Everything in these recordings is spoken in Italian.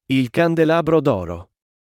Il candelabro d'oro.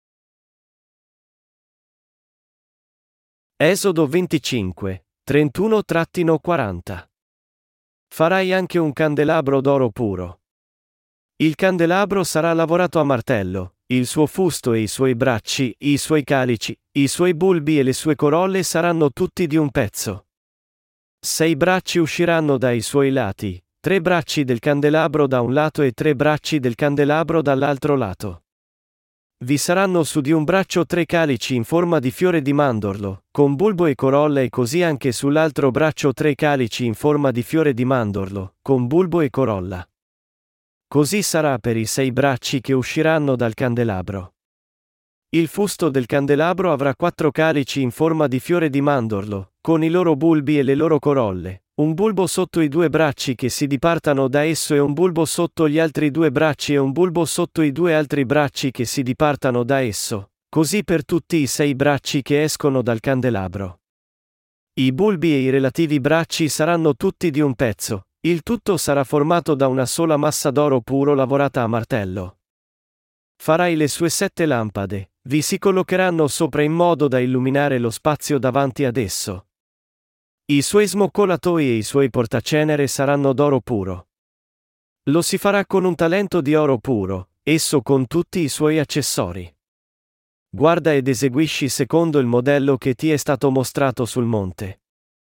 Esodo 25, 31-40. Farai anche un candelabro d'oro puro. Il candelabro sarà lavorato a martello, il suo fusto e i suoi bracci, i suoi calici, i suoi bulbi e le sue corolle saranno tutti di un pezzo. 6 bracci usciranno dai suoi lati, 3 bracci del candelabro da un lato e 3 bracci del candelabro dall'altro lato. Vi saranno su di un braccio 3 calici in forma di fiore di mandorlo, con bulbo e corolla, e così anche sull'altro braccio 3 calici in forma di fiore di mandorlo, con bulbo e corolla. Così sarà per i 6 bracci che usciranno dal candelabro. Il fusto del candelabro avrà 4 calici in forma di fiore di mandorlo, con i loro bulbi e le loro corolle, un bulbo sotto i 2 bracci che si dipartano da esso e un bulbo sotto gli altri 2 bracci e un bulbo sotto i 2 altri bracci che si dipartano da esso, così per tutti i 6 bracci che escono dal candelabro. I bulbi e i relativi bracci saranno tutti di un pezzo, il tutto sarà formato da una sola massa d'oro puro lavorata a martello. Farai le sue 7 lampade, vi si collocheranno sopra in modo da illuminare lo spazio davanti ad esso. I suoi smoccolatoi e i suoi portacenere saranno d'oro puro. Lo si farà con un talento di oro puro, esso con tutti i suoi accessori. Guarda ed eseguisci secondo il modello che ti è stato mostrato sul monte.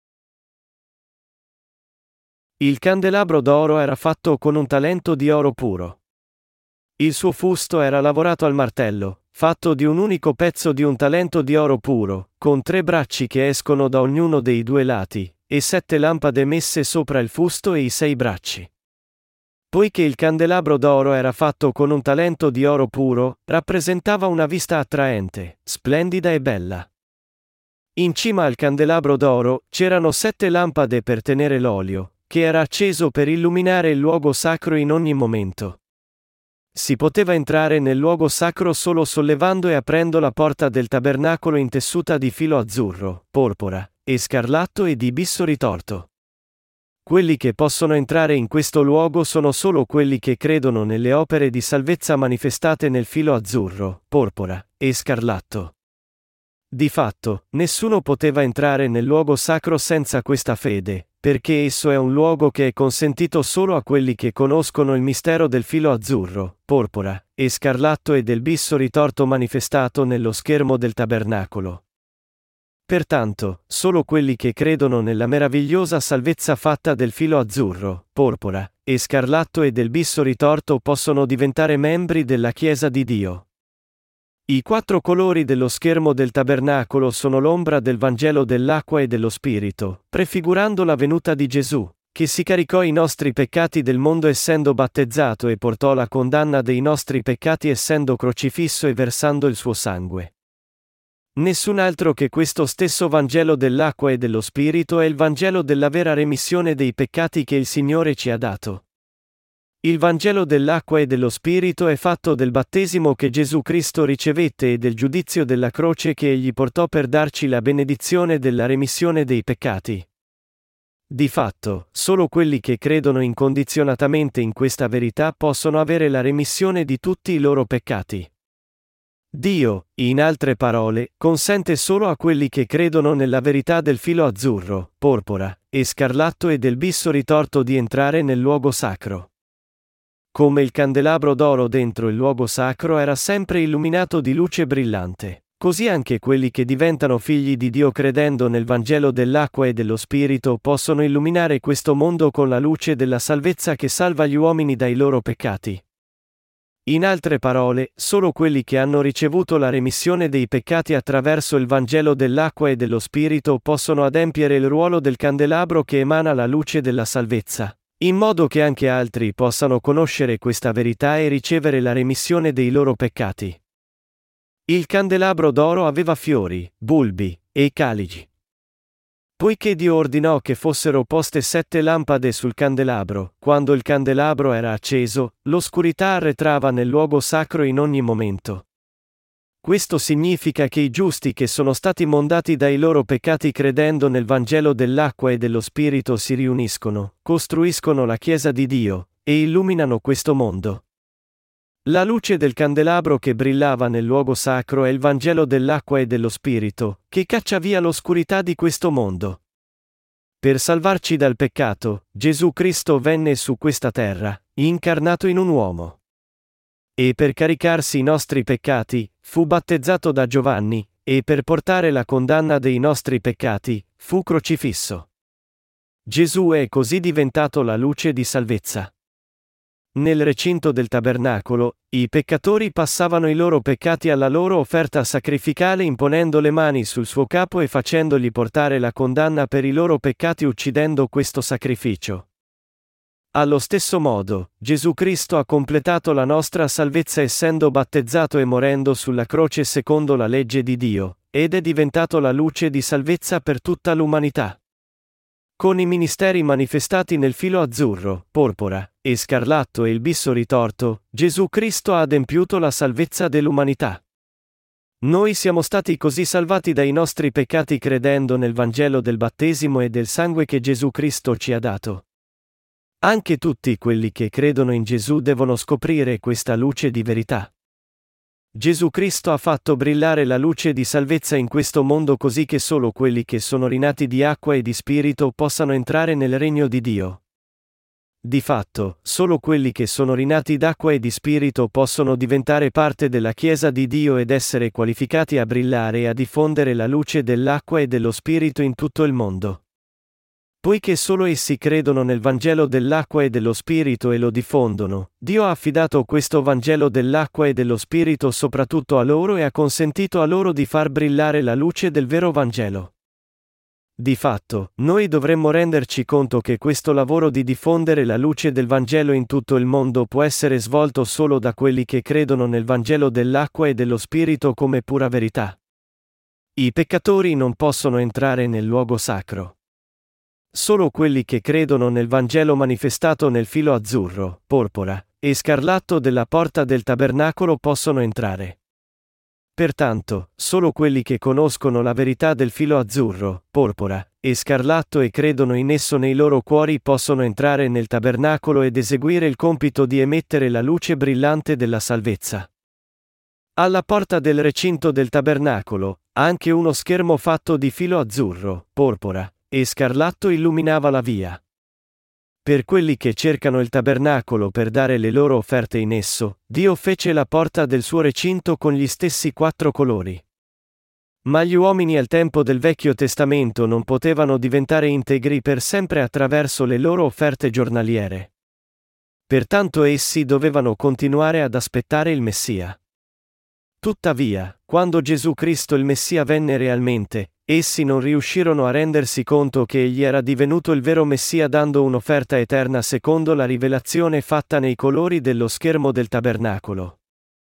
Il candelabro d'oro era fatto con un talento di oro puro. Il suo fusto era lavorato al martello, fatto di un unico pezzo di un talento di oro puro, con 3 bracci che escono da ognuno dei 2 lati, e 7 lampade messe sopra il fusto e i 6 bracci. Poiché il candelabro d'oro era fatto con un talento di oro puro, rappresentava una vista attraente, splendida e bella. In cima al candelabro d'oro c'erano 7 lampade per tenere l'olio, che era acceso per illuminare il luogo sacro in ogni momento. Si poteva entrare nel luogo sacro solo sollevando e aprendo la porta del tabernacolo intessuta di filo azzurro, porpora, e scarlatto e di bisso ritorto. Quelli che possono entrare in questo luogo sono solo quelli che credono nelle opere di salvezza manifestate nel filo azzurro, porpora, e scarlatto. Di fatto, nessuno poteva entrare nel luogo sacro senza questa fede, perché esso è un luogo che è consentito solo a quelli che conoscono il mistero del filo azzurro, porpora, e scarlatto e del bisso ritorto manifestato nello schermo del tabernacolo. Pertanto, solo quelli che credono nella meravigliosa salvezza fatta del filo azzurro, porpora, e scarlatto e del bisso ritorto possono diventare membri della Chiesa di Dio. I 4 colori dello schermo del tabernacolo sono l'ombra del Vangelo dell'acqua e dello Spirito, prefigurando la venuta di Gesù, che si caricò i nostri peccati del mondo essendo battezzato e portò la condanna dei nostri peccati essendo crocifisso e versando il suo sangue. Nessun altro che questo stesso Vangelo dell'acqua e dello Spirito è il Vangelo della vera remissione dei peccati che il Signore ci ha dato. Il Vangelo dell'acqua e dello Spirito è fatto del battesimo che Gesù Cristo ricevette e del giudizio della croce che egli portò per darci la benedizione della remissione dei peccati. Di fatto, solo quelli che credono incondizionatamente in questa verità possono avere la remissione di tutti i loro peccati. Dio, in altre parole, consente solo a quelli che credono nella verità del filo azzurro, porpora, e scarlatto e del bisso ritorto di entrare nel luogo sacro. Come il candelabro d'oro dentro il luogo sacro era sempre illuminato di luce brillante, così anche quelli che diventano figli di Dio credendo nel Vangelo dell'acqua e dello Spirito possono illuminare questo mondo con la luce della salvezza che salva gli uomini dai loro peccati. In altre parole, solo quelli che hanno ricevuto la remissione dei peccati attraverso il Vangelo dell'acqua e dello Spirito possono adempiere il ruolo del candelabro che emana la luce della salvezza, in modo che anche altri possano conoscere questa verità e ricevere la remissione dei loro peccati. Il candelabro d'oro aveva fiori, bulbi e calici. Poiché Dio ordinò che fossero poste 7 lampade sul candelabro, quando il candelabro era acceso, l'oscurità arretrava nel luogo sacro in ogni momento. Questo significa che i giusti che sono stati mondati dai loro peccati credendo nel Vangelo dell'acqua e dello Spirito si riuniscono, costruiscono la Chiesa di Dio, e illuminano questo mondo. La luce del candelabro che brillava nel luogo sacro è il Vangelo dell'acqua e dello Spirito, che caccia via l'oscurità di questo mondo. Per salvarci dal peccato, Gesù Cristo venne su questa terra, incarnato in un uomo. E per caricarsi i nostri peccati, fu battezzato da Giovanni, e per portare la condanna dei nostri peccati, fu crocifisso. Gesù è così diventato la luce di salvezza. Nel recinto del tabernacolo, i peccatori passavano i loro peccati alla loro offerta sacrificale imponendo le mani sul suo capo e facendogli portare la condanna per i loro peccati uccidendo questo sacrificio. Allo stesso modo, Gesù Cristo ha completato la nostra salvezza essendo battezzato e morendo sulla croce secondo la legge di Dio, ed è diventato la luce di salvezza per tutta l'umanità. Con i ministeri manifestati nel filo azzurro, porpora, e scarlatto e il bisso ritorto, Gesù Cristo ha adempiuto la salvezza dell'umanità. Noi siamo stati così salvati dai nostri peccati credendo nel Vangelo del battesimo e del sangue che Gesù Cristo ci ha dato. Anche tutti quelli che credono in Gesù devono scoprire questa luce di verità. Gesù Cristo ha fatto brillare la luce di salvezza in questo mondo così che solo quelli che sono rinati di acqua e di spirito possano entrare nel regno di Dio. Di fatto, solo quelli che sono rinati d'acqua e di spirito possono diventare parte della Chiesa di Dio ed essere qualificati a brillare e a diffondere la luce dell'acqua e dello spirito in tutto il mondo. Poiché solo essi credono nel Vangelo dell'acqua e dello Spirito e lo diffondono, Dio ha affidato questo Vangelo dell'acqua e dello Spirito soprattutto a loro e ha consentito a loro di far brillare la luce del vero Vangelo. Di fatto, noi dovremmo renderci conto che questo lavoro di diffondere la luce del Vangelo in tutto il mondo può essere svolto solo da quelli che credono nel Vangelo dell'acqua e dello Spirito come pura verità. I peccatori non possono entrare nel luogo sacro. Solo quelli che credono nel Vangelo manifestato nel filo azzurro, porpora, e scarlatto della porta del tabernacolo possono entrare. Pertanto, solo quelli che conoscono la verità del filo azzurro, porpora, e scarlatto e credono in esso nei loro cuori possono entrare nel tabernacolo ed eseguire il compito di emettere la luce brillante della salvezza. Alla porta del recinto del tabernacolo, anche uno schermo fatto di filo azzurro, porpora, e scarlatto illuminava la via. Per quelli che cercano il tabernacolo per dare le loro offerte in esso, Dio fece la porta del suo recinto con gli stessi 4 colori. Ma gli uomini al tempo del Vecchio Testamento non potevano diventare integri per sempre attraverso le loro offerte giornaliere. Pertanto essi dovevano continuare ad aspettare il Messia. Tuttavia, quando Gesù Cristo il Messia venne realmente, essi non riuscirono a rendersi conto che egli era divenuto il vero Messia dando un'offerta eterna secondo la rivelazione fatta nei colori dello schermo del tabernacolo.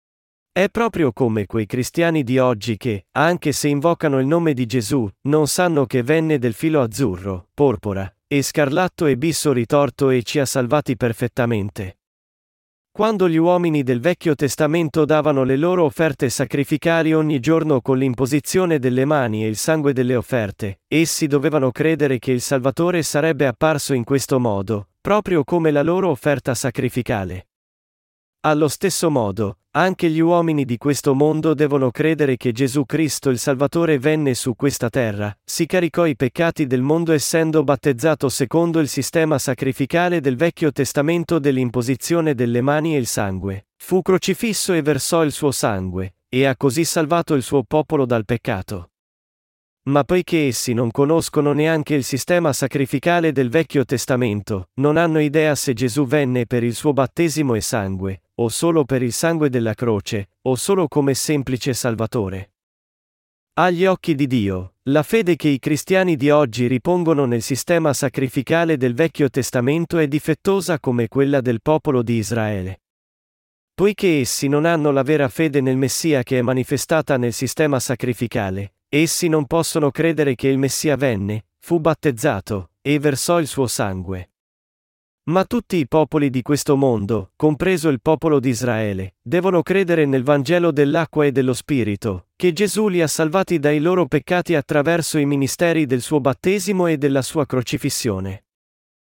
È proprio come quei cristiani di oggi che, anche se invocano il nome di Gesù, non sanno che venne del filo azzurro, porpora, e scarlatto e bisso ritorto e ci ha salvati perfettamente. Quando gli uomini del Vecchio Testamento davano le loro offerte sacrificali ogni giorno con l'imposizione delle mani e il sangue delle offerte, essi dovevano credere che il Salvatore sarebbe apparso in questo modo, proprio come la loro offerta sacrificale. Allo stesso modo, anche gli uomini di questo mondo devono credere che Gesù Cristo il Salvatore venne su questa terra, si caricò i peccati del mondo essendo battezzato secondo il sistema sacrificale del Vecchio Testamento dell'imposizione delle mani e il sangue, fu crocifisso e versò il suo sangue, e ha così salvato il suo popolo dal peccato. Ma poiché essi non conoscono neanche il sistema sacrificale del Vecchio Testamento, non hanno idea se Gesù venne per il suo battesimo e sangue, o solo per il sangue della croce, o solo come semplice Salvatore. Agli occhi di Dio, la fede che i cristiani di oggi ripongono nel sistema sacrificale del Vecchio Testamento è difettosa come quella del popolo di Israele. Poiché essi non hanno la vera fede nel Messia che è manifestata nel sistema sacrificale, essi non possono credere che il Messia venne, fu battezzato, e versò il suo sangue. Ma tutti i popoli di questo mondo, compreso il popolo di Israele, devono credere nel Vangelo dell'acqua e dello Spirito, che Gesù li ha salvati dai loro peccati attraverso i ministeri del suo battesimo e della sua crocifissione.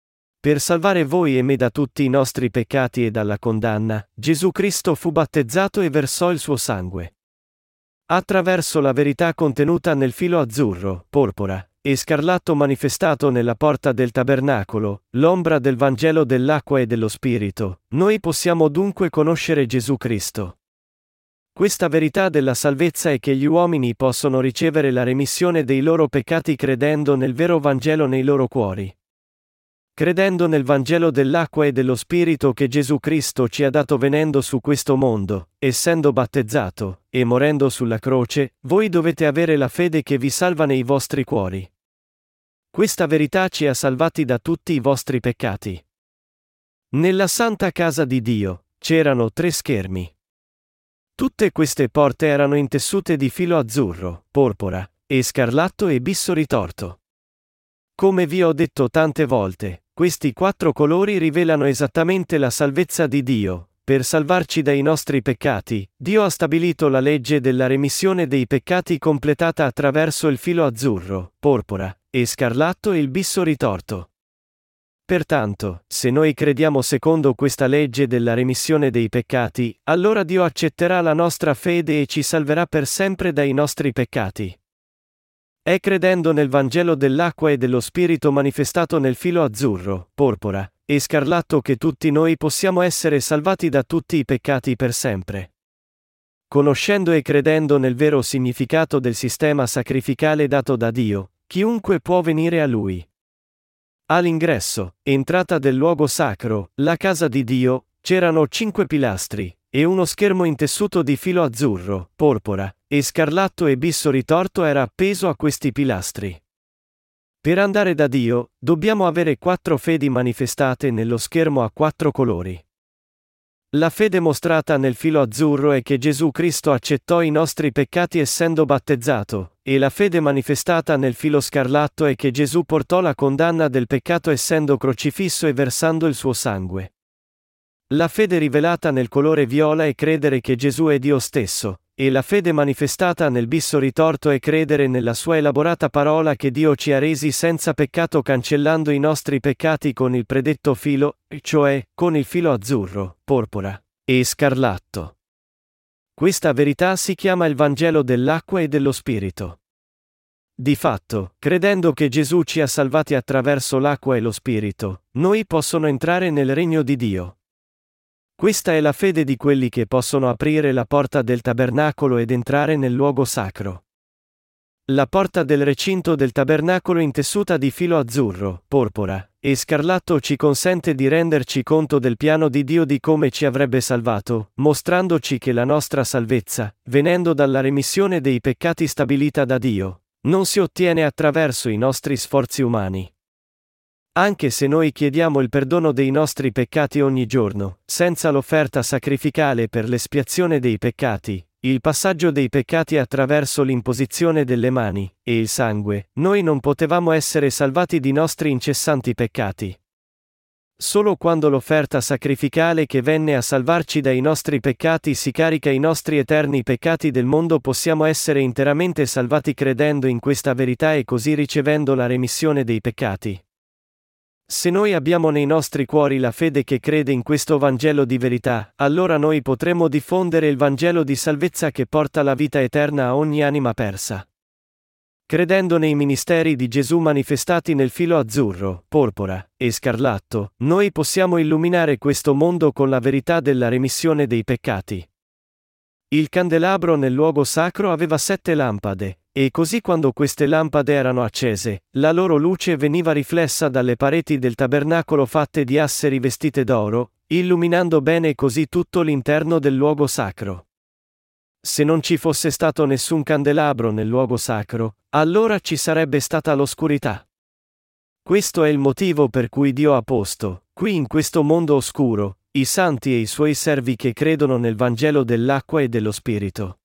Per salvare voi e me da tutti i nostri peccati e dalla condanna, Gesù Cristo fu battezzato e versò il suo sangue. Attraverso la verità contenuta nel filo azzurro, porpora e scarlatto manifestato nella porta del tabernacolo, l'ombra del Vangelo dell'acqua e dello Spirito, noi possiamo dunque conoscere Gesù Cristo. Questa verità della salvezza è che gli uomini possono ricevere la remissione dei loro peccati credendo nel vero Vangelo nei loro cuori. Credendo nel Vangelo dell'acqua e dello Spirito che Gesù Cristo ci ha dato venendo su questo mondo, essendo battezzato, e morendo sulla croce, voi dovete avere la fede che vi salva nei vostri cuori. Questa verità ci ha salvati da tutti i vostri peccati. Nella santa casa di Dio, c'erano 3 schermi. Tutte queste porte erano intessute di filo azzurro, porpora, e scarlatto e bisso ritorto. Come vi ho detto tante volte, questi 4 colori rivelano esattamente la salvezza di Dio. Per salvarci dai nostri peccati, Dio ha stabilito la legge della remissione dei peccati completata attraverso il filo azzurro, porpora, e scarlatto e il bisso ritorto. Pertanto, se noi crediamo secondo questa legge della remissione dei peccati, allora Dio accetterà la nostra fede e ci salverà per sempre dai nostri peccati. È credendo nel Vangelo dell'acqua e dello Spirito manifestato nel filo azzurro, porpora, e scarlatto che tutti noi possiamo essere salvati da tutti i peccati per sempre. Conoscendo e credendo nel vero significato del sistema sacrificale dato da Dio, chiunque può venire a Lui. All'ingresso, entrata del luogo sacro, la casa di Dio, c'erano 5 pilastri, e uno schermo intessuto di filo azzurro, porpora, e scarlatto e bisso ritorto era appeso a questi pilastri. Per andare da Dio, dobbiamo avere 4 fedi manifestate nello schermo a 4 colori. La fede mostrata nel filo azzurro è che Gesù Cristo accettò i nostri peccati essendo battezzato, e la fede manifestata nel filo scarlatto è che Gesù portò la condanna del peccato essendo crocifisso e versando il suo sangue. La fede rivelata nel colore viola è credere che Gesù è Dio stesso, e la fede manifestata nel bisso ritorto è credere nella sua elaborata parola che Dio ci ha resi senza peccato cancellando i nostri peccati con il predetto filo, cioè, con il filo azzurro, porpora, e scarlatto. Questa verità si chiama il Vangelo dell'acqua e dello Spirito. Di fatto, credendo che Gesù ci ha salvati attraverso l'acqua e lo Spirito, noi possono entrare nel regno di Dio. Questa è la fede di quelli che possono aprire la porta del tabernacolo ed entrare nel luogo sacro. La porta del recinto del tabernacolo intessuta di filo azzurro, porpora, e scarlatto ci consente di renderci conto del piano di Dio di come ci avrebbe salvato, mostrandoci che la nostra salvezza, venendo dalla remissione dei peccati stabilita da Dio, non si ottiene attraverso i nostri sforzi umani. Anche se noi chiediamo il perdono dei nostri peccati ogni giorno, senza l'offerta sacrificale per l'espiazione dei peccati, il passaggio dei peccati attraverso l'imposizione delle mani, e il sangue, noi non potevamo essere salvati di nostri incessanti peccati. Solo quando l'offerta sacrificale che venne a salvarci dai nostri peccati si carica i nostri eterni peccati del mondo possiamo essere interamente salvati credendo in questa verità e così ricevendo la remissione dei peccati. Se noi abbiamo nei nostri cuori la fede che crede in questo Vangelo di verità, allora noi potremo diffondere il Vangelo di salvezza che porta la vita eterna a ogni anima persa. Credendo nei ministeri di Gesù manifestati nel filo azzurro, porpora, e scarlatto, noi possiamo illuminare questo mondo con la verità della remissione dei peccati. Il candelabro nel luogo sacro aveva 7 lampade, e così quando queste lampade erano accese, la loro luce veniva riflessa dalle pareti del tabernacolo fatte di asse rivestite d'oro, illuminando bene così tutto l'interno del luogo sacro. Se non ci fosse stato nessun candelabro nel luogo sacro, allora ci sarebbe stata l'oscurità. Questo è il motivo per cui Dio ha posto, qui in questo mondo oscuro, i santi e i suoi servi che credono nel Vangelo dell'acqua e dello Spirito.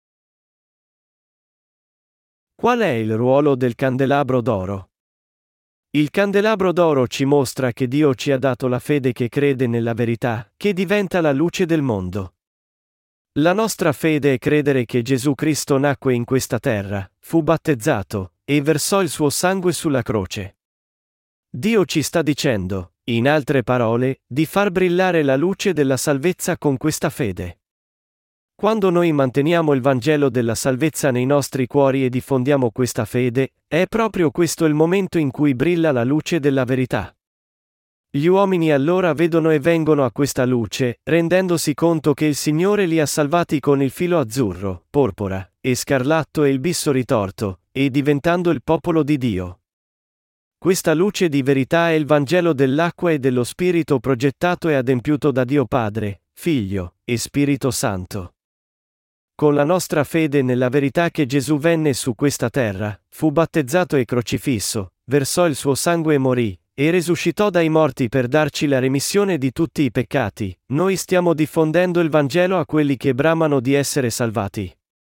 Qual è il ruolo del candelabro d'oro? Il candelabro d'oro ci mostra che Dio ci ha dato la fede che crede nella verità, che diventa la luce del mondo. La nostra fede è credere che Gesù Cristo nacque in questa terra, fu battezzato, e versò il suo sangue sulla croce. Dio ci sta dicendo: In altre parole, di far brillare la luce della salvezza con questa fede. Quando noi manteniamo il Vangelo della salvezza nei nostri cuori e diffondiamo questa fede, è proprio questo il momento in cui brilla la luce della verità. Gli uomini allora vedono e vengono a questa luce, rendendosi conto che il Signore li ha salvati con il filo azzurro, porpora, e scarlatto e il bisso ritorto, e diventando il popolo di Dio. Questa luce di verità è il Vangelo dell'acqua e dello Spirito progettato e adempiuto da Dio Padre, Figlio e Spirito Santo. Con la nostra fede nella verità che Gesù venne su questa terra, fu battezzato e crocifisso, versò il suo sangue e morì, e risuscitò dai morti per darci la remissione di tutti i peccati, noi stiamo diffondendo il Vangelo a quelli che bramano di essere salvati.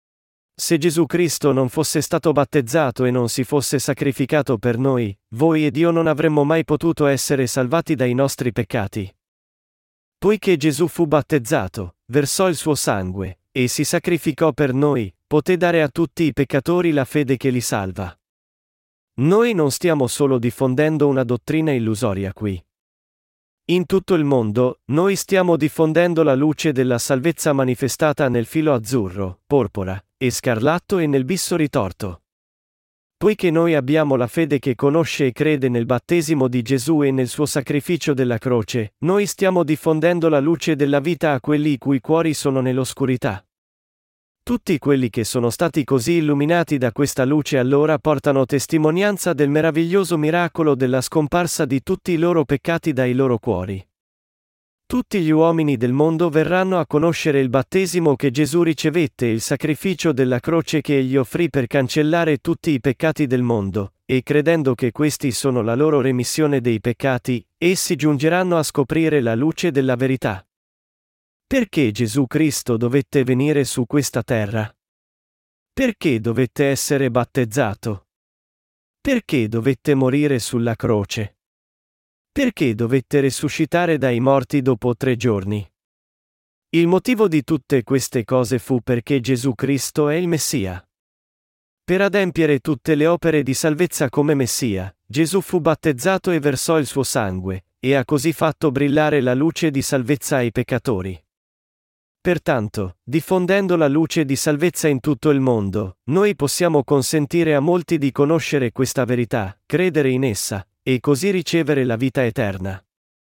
Se Gesù Cristo non fosse stato battezzato e non si fosse sacrificato per noi, voi ed io non avremmo mai potuto essere salvati dai nostri peccati. Poiché Gesù fu battezzato, versò il suo sangue, e si sacrificò per noi, poté dare a tutti i peccatori la fede che li salva. Noi non stiamo solo diffondendo una dottrina illusoria qui. In tutto il mondo, noi stiamo diffondendo la luce della salvezza manifestata nel filo azzurro, porpora, e scarlatto e nel bisso ritorto. Poiché noi abbiamo la fede che conosce e crede nel battesimo di Gesù e nel suo sacrificio della croce, noi stiamo diffondendo la luce della vita a quelli i cui cuori sono nell'oscurità. Tutti quelli che sono stati così illuminati da questa luce allora portano testimonianza del meraviglioso miracolo della scomparsa di tutti i loro peccati dai loro cuori. Tutti gli uomini del mondo verranno a conoscere il battesimo che Gesù ricevette e il sacrificio della croce che egli offrì per cancellare tutti i peccati del mondo, e credendo che questi sono la loro remissione dei peccati, essi giungeranno a scoprire la luce della verità. Perché Gesù Cristo dovette venire su questa terra? Perché dovette essere battezzato? Perché dovette morire sulla croce? Perché dovette risuscitare dai morti dopo 3 giorni? Il motivo di tutte queste cose fu perché Gesù Cristo è il Messia. Per adempiere tutte le opere di salvezza come Messia, Gesù fu battezzato e versò il suo sangue, e ha così fatto brillare la luce di salvezza ai peccatori. Pertanto, diffondendo la luce di salvezza in tutto il mondo, noi possiamo consentire a molti di conoscere questa verità, credere in essa, e così ricevere la vita eterna.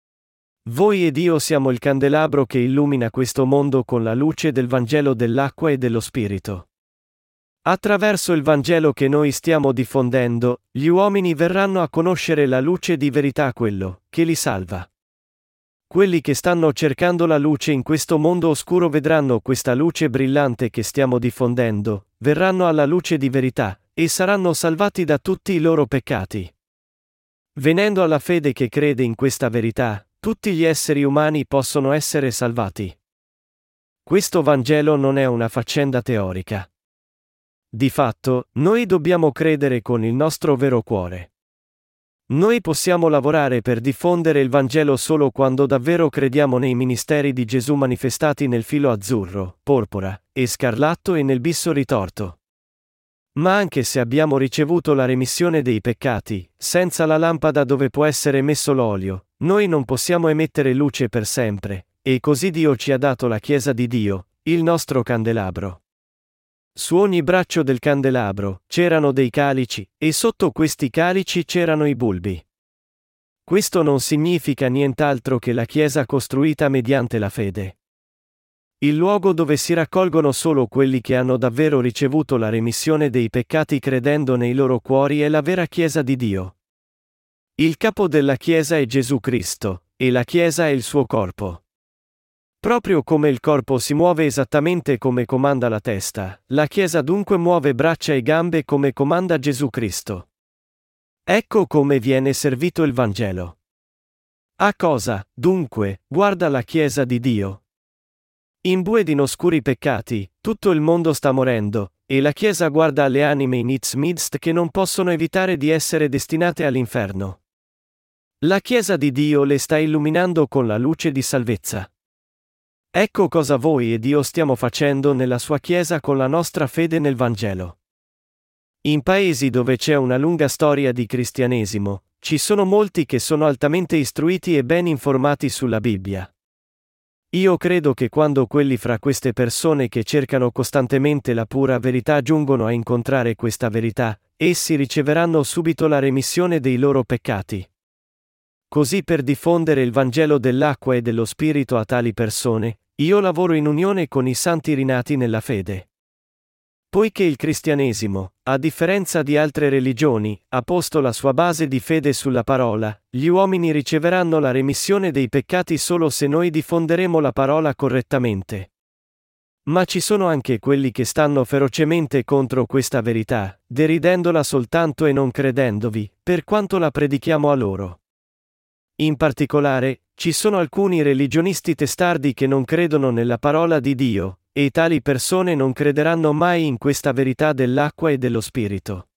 Voi ed io siamo il candelabro che illumina questo mondo con la luce del Vangelo dell'acqua e dello Spirito. Attraverso il Vangelo che noi stiamo diffondendo, gli uomini verranno a conoscere la luce di verità, quello che li salva. Quelli che stanno cercando la luce in questo mondo oscuro vedranno questa luce brillante che stiamo diffondendo, verranno alla luce di verità, e saranno salvati da tutti i loro peccati. Venendo alla fede che crede in questa verità, tutti gli esseri umani possono essere salvati. Questo Vangelo non è una faccenda teorica. Di fatto, noi dobbiamo credere con il nostro vero cuore. Noi possiamo lavorare per diffondere il Vangelo solo quando davvero crediamo nei ministeri di Gesù manifestati nel filo azzurro, porpora, e scarlatto e nel bisso ritorto. Ma anche se abbiamo ricevuto la remissione dei peccati, senza la lampada dove può essere messo l'olio, noi non possiamo emettere luce per sempre, e così Dio ci ha dato la Chiesa di Dio, il nostro candelabro. Su ogni braccio del candelabro c'erano dei calici, e sotto questi calici c'erano i bulbi. Questo non significa nient'altro che la Chiesa costruita mediante la fede. Il luogo dove si raccolgono solo quelli che hanno davvero ricevuto la remissione dei peccati credendo nei loro cuori è la vera Chiesa di Dio. Il capo della Chiesa è Gesù Cristo, e la Chiesa è il suo corpo. Proprio come il corpo si muove esattamente come comanda la testa, la Chiesa dunque muove braccia e gambe come comanda Gesù Cristo. Ecco come viene servito il Vangelo. A cosa, dunque, guarda la Chiesa di Dio? Imbued in oscuri peccati, tutto il mondo sta morendo, e la Chiesa guarda alle anime in its midst che non possono evitare di essere destinate all'inferno. La Chiesa di Dio le sta illuminando con la luce di salvezza. Ecco cosa voi ed io stiamo facendo nella sua Chiesa con la nostra fede nel Vangelo. In paesi dove c'è una lunga storia di cristianesimo, ci sono molti che sono altamente istruiti e ben informati sulla Bibbia. Io credo che quando quelli fra queste persone che cercano costantemente la pura verità giungono a incontrare questa verità, essi riceveranno subito la remissione dei loro peccati. Così per diffondere il Vangelo dell'acqua e dello Spirito a tali persone, io lavoro in unione con i santi rinati nella fede. Poiché il cristianesimo, a differenza di altre religioni, ha posto la sua base di fede sulla parola, gli uomini riceveranno la remissione dei peccati solo se noi diffonderemo la parola correttamente. Ma ci sono anche quelli che stanno ferocemente contro questa verità, deridendola soltanto e non credendovi, per quanto la predichiamo a loro. In particolare, ci sono alcuni religionisti testardi che non credono nella parola di Dio, e tali persone non crederanno mai in questa verità dell'acqua e dello Spirito.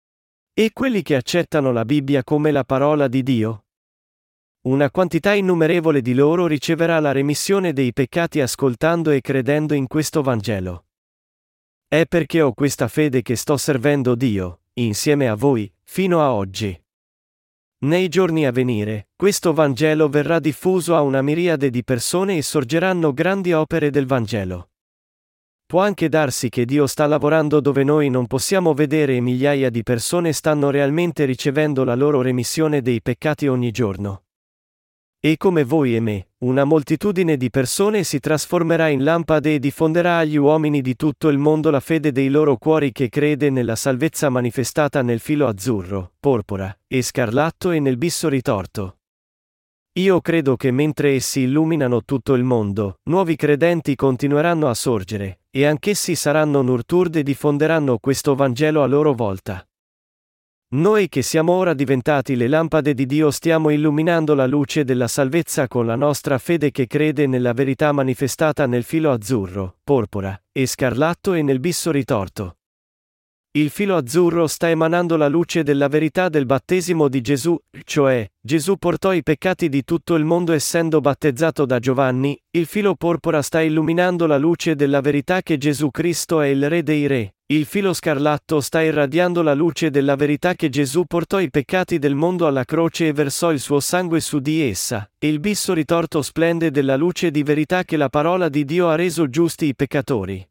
E quelli che accettano la Bibbia come la parola di Dio? Una quantità innumerevole di loro riceverà la remissione dei peccati ascoltando e credendo in questo Vangelo. È perché ho questa fede che sto servendo Dio, insieme a voi, fino a oggi. Nei giorni a venire, questo Vangelo verrà diffuso a una miriade di persone e sorgeranno grandi opere del Vangelo. Può anche darsi che Dio sta lavorando dove noi non possiamo vedere e migliaia di persone stanno realmente ricevendo la loro remissione dei peccati ogni giorno. E come voi e me, una moltitudine di persone si trasformerà in lampade e diffonderà agli uomini di tutto il mondo la fede dei loro cuori che crede nella salvezza manifestata nel filo azzurro, porpora, e scarlatto e nel bisso ritorto. Io credo che mentre essi illuminano tutto il mondo, nuovi credenti continueranno a sorgere, e anch'essi saranno nurturd e diffonderanno questo Vangelo a loro volta. Noi che siamo ora diventati le lampade di Dio stiamo illuminando la luce della salvezza con la nostra fede che crede nella verità manifestata nel filo azzurro, porpora, e scarlatto e nel bisso ritorto. Il filo azzurro sta emanando la luce della verità del battesimo di Gesù, cioè, Gesù portò i peccati di tutto il mondo essendo battezzato da Giovanni, il filo porpora sta illuminando la luce della verità che Gesù Cristo è il Re dei Re, il filo scarlatto sta irradiando la luce della verità che Gesù portò i peccati del mondo alla croce e versò il suo sangue su di essa, e il bisso ritorto splende della luce di verità che la parola di Dio ha reso giusti i peccatori.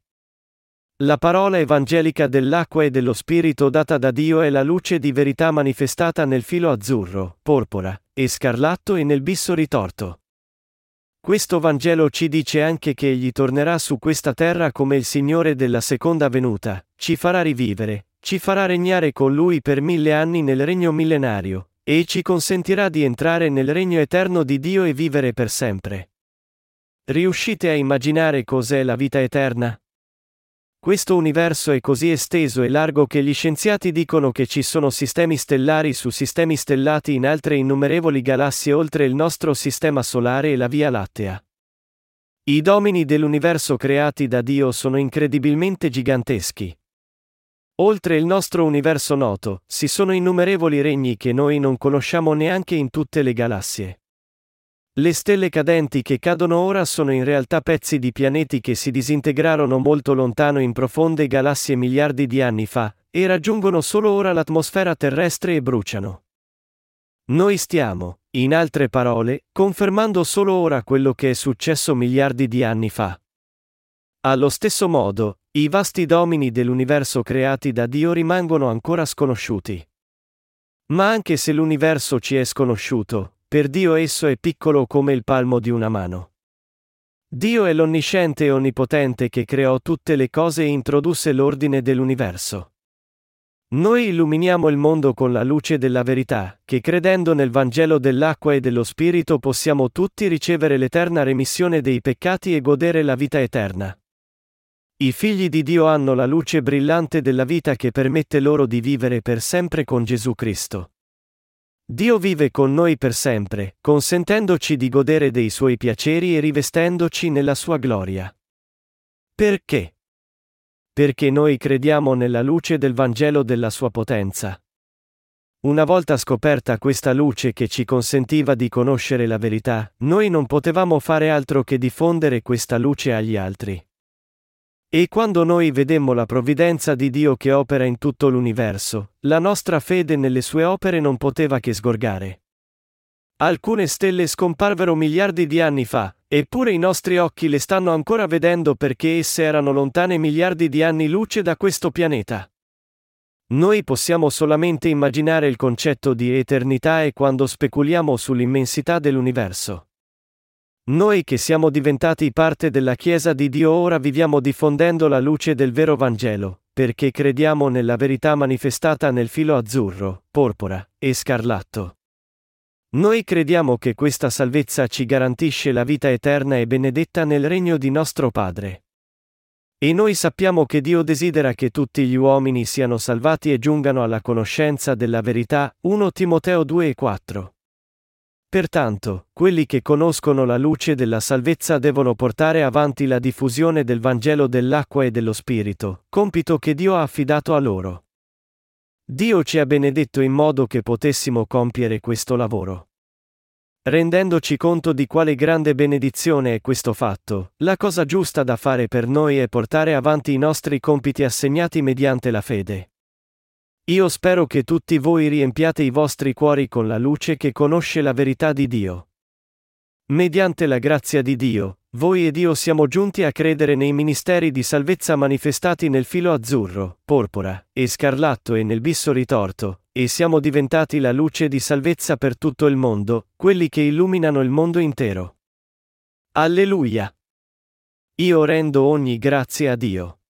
La parola evangelica dell'acqua e dello Spirito data da Dio è la luce di verità manifestata nel filo azzurro, porpora, e scarlatto e nel bisso ritorto. Questo Vangelo ci dice anche che Egli tornerà su questa terra come il Signore della seconda venuta, ci farà rivivere, ci farà regnare con Lui per 1000 anni nel regno millenario, e ci consentirà di entrare nel regno eterno di Dio e vivere per sempre. Riuscite a immaginare cos'è la vita eterna? Questo universo è così esteso e largo che gli scienziati dicono che ci sono sistemi stellari su sistemi stellati in altre innumerevoli galassie oltre il nostro sistema solare e la Via Lattea. I domini dell'universo creati da Dio sono incredibilmente giganteschi. Oltre il nostro universo noto, ci sono innumerevoli regni che noi non conosciamo neanche in tutte le galassie. Le stelle cadenti che cadono ora sono in realtà pezzi di pianeti che si disintegrarono molto lontano in profonde galassie miliardi di anni fa, e raggiungono solo ora l'atmosfera terrestre e bruciano. Noi stiamo, in altre parole, confermando solo ora quello che è successo miliardi di anni fa. Allo stesso modo, i vasti domini dell'universo creati da Dio rimangono ancora sconosciuti. Ma anche se l'universo ci è sconosciuto, per Dio esso è piccolo come il palmo di una mano. Dio è l'onnisciente e onnipotente che creò tutte le cose e introdusse l'ordine dell'universo. Noi illuminiamo il mondo con la luce della verità, che credendo nel Vangelo dell'acqua e dello Spirito possiamo tutti ricevere l'eterna remissione dei peccati e godere la vita eterna. I figli di Dio hanno la luce brillante della vita che permette loro di vivere per sempre con Gesù Cristo. Dio vive con noi per sempre, consentendoci di godere dei suoi piaceri e rivestendoci nella sua gloria. Perché? Perché noi crediamo nella luce del Vangelo della sua potenza. Una volta scoperta questa luce che ci consentiva di conoscere la verità, noi non potevamo fare altro che diffondere questa luce agli altri. E quando noi vedemmo la provvidenza di Dio che opera in tutto l'universo, la nostra fede nelle sue opere non poteva che sgorgare. Alcune stelle scomparvero miliardi di anni fa, eppure i nostri occhi le stanno ancora vedendo perché esse erano lontane miliardi di anni luce da questo pianeta. Noi possiamo solamente immaginare il concetto di eternità e quando speculiamo sull'immensità dell'universo. Noi che siamo diventati parte della Chiesa di Dio ora viviamo diffondendo la luce del vero Vangelo, perché crediamo nella verità manifestata nel filo azzurro, porpora e scarlatto. Noi crediamo che questa salvezza ci garantisce la vita eterna e benedetta nel regno di nostro Padre. E noi sappiamo che Dio desidera che tutti gli uomini siano salvati e giungano alla conoscenza della verità, 1 Timoteo 2:4. Pertanto, quelli che conoscono la luce della salvezza devono portare avanti la diffusione del Vangelo dell'acqua e dello Spirito, compito che Dio ha affidato a loro. Dio ci ha benedetto in modo che potessimo compiere questo lavoro. Rendendoci conto di quale grande benedizione è questo fatto, la cosa giusta da fare per noi è portare avanti i nostri compiti assegnati mediante la fede. Io spero che tutti voi riempiate i vostri cuori con la luce che conosce la verità di Dio. Mediante la grazia di Dio, voi ed io siamo giunti a credere nei ministeri di salvezza manifestati nel filo azzurro, porpora e scarlatto e nel bisso ritorto, e siamo diventati la luce di salvezza per tutto il mondo, quelli che illuminano il mondo intero. Alleluia! Io rendo ogni grazie a Dio.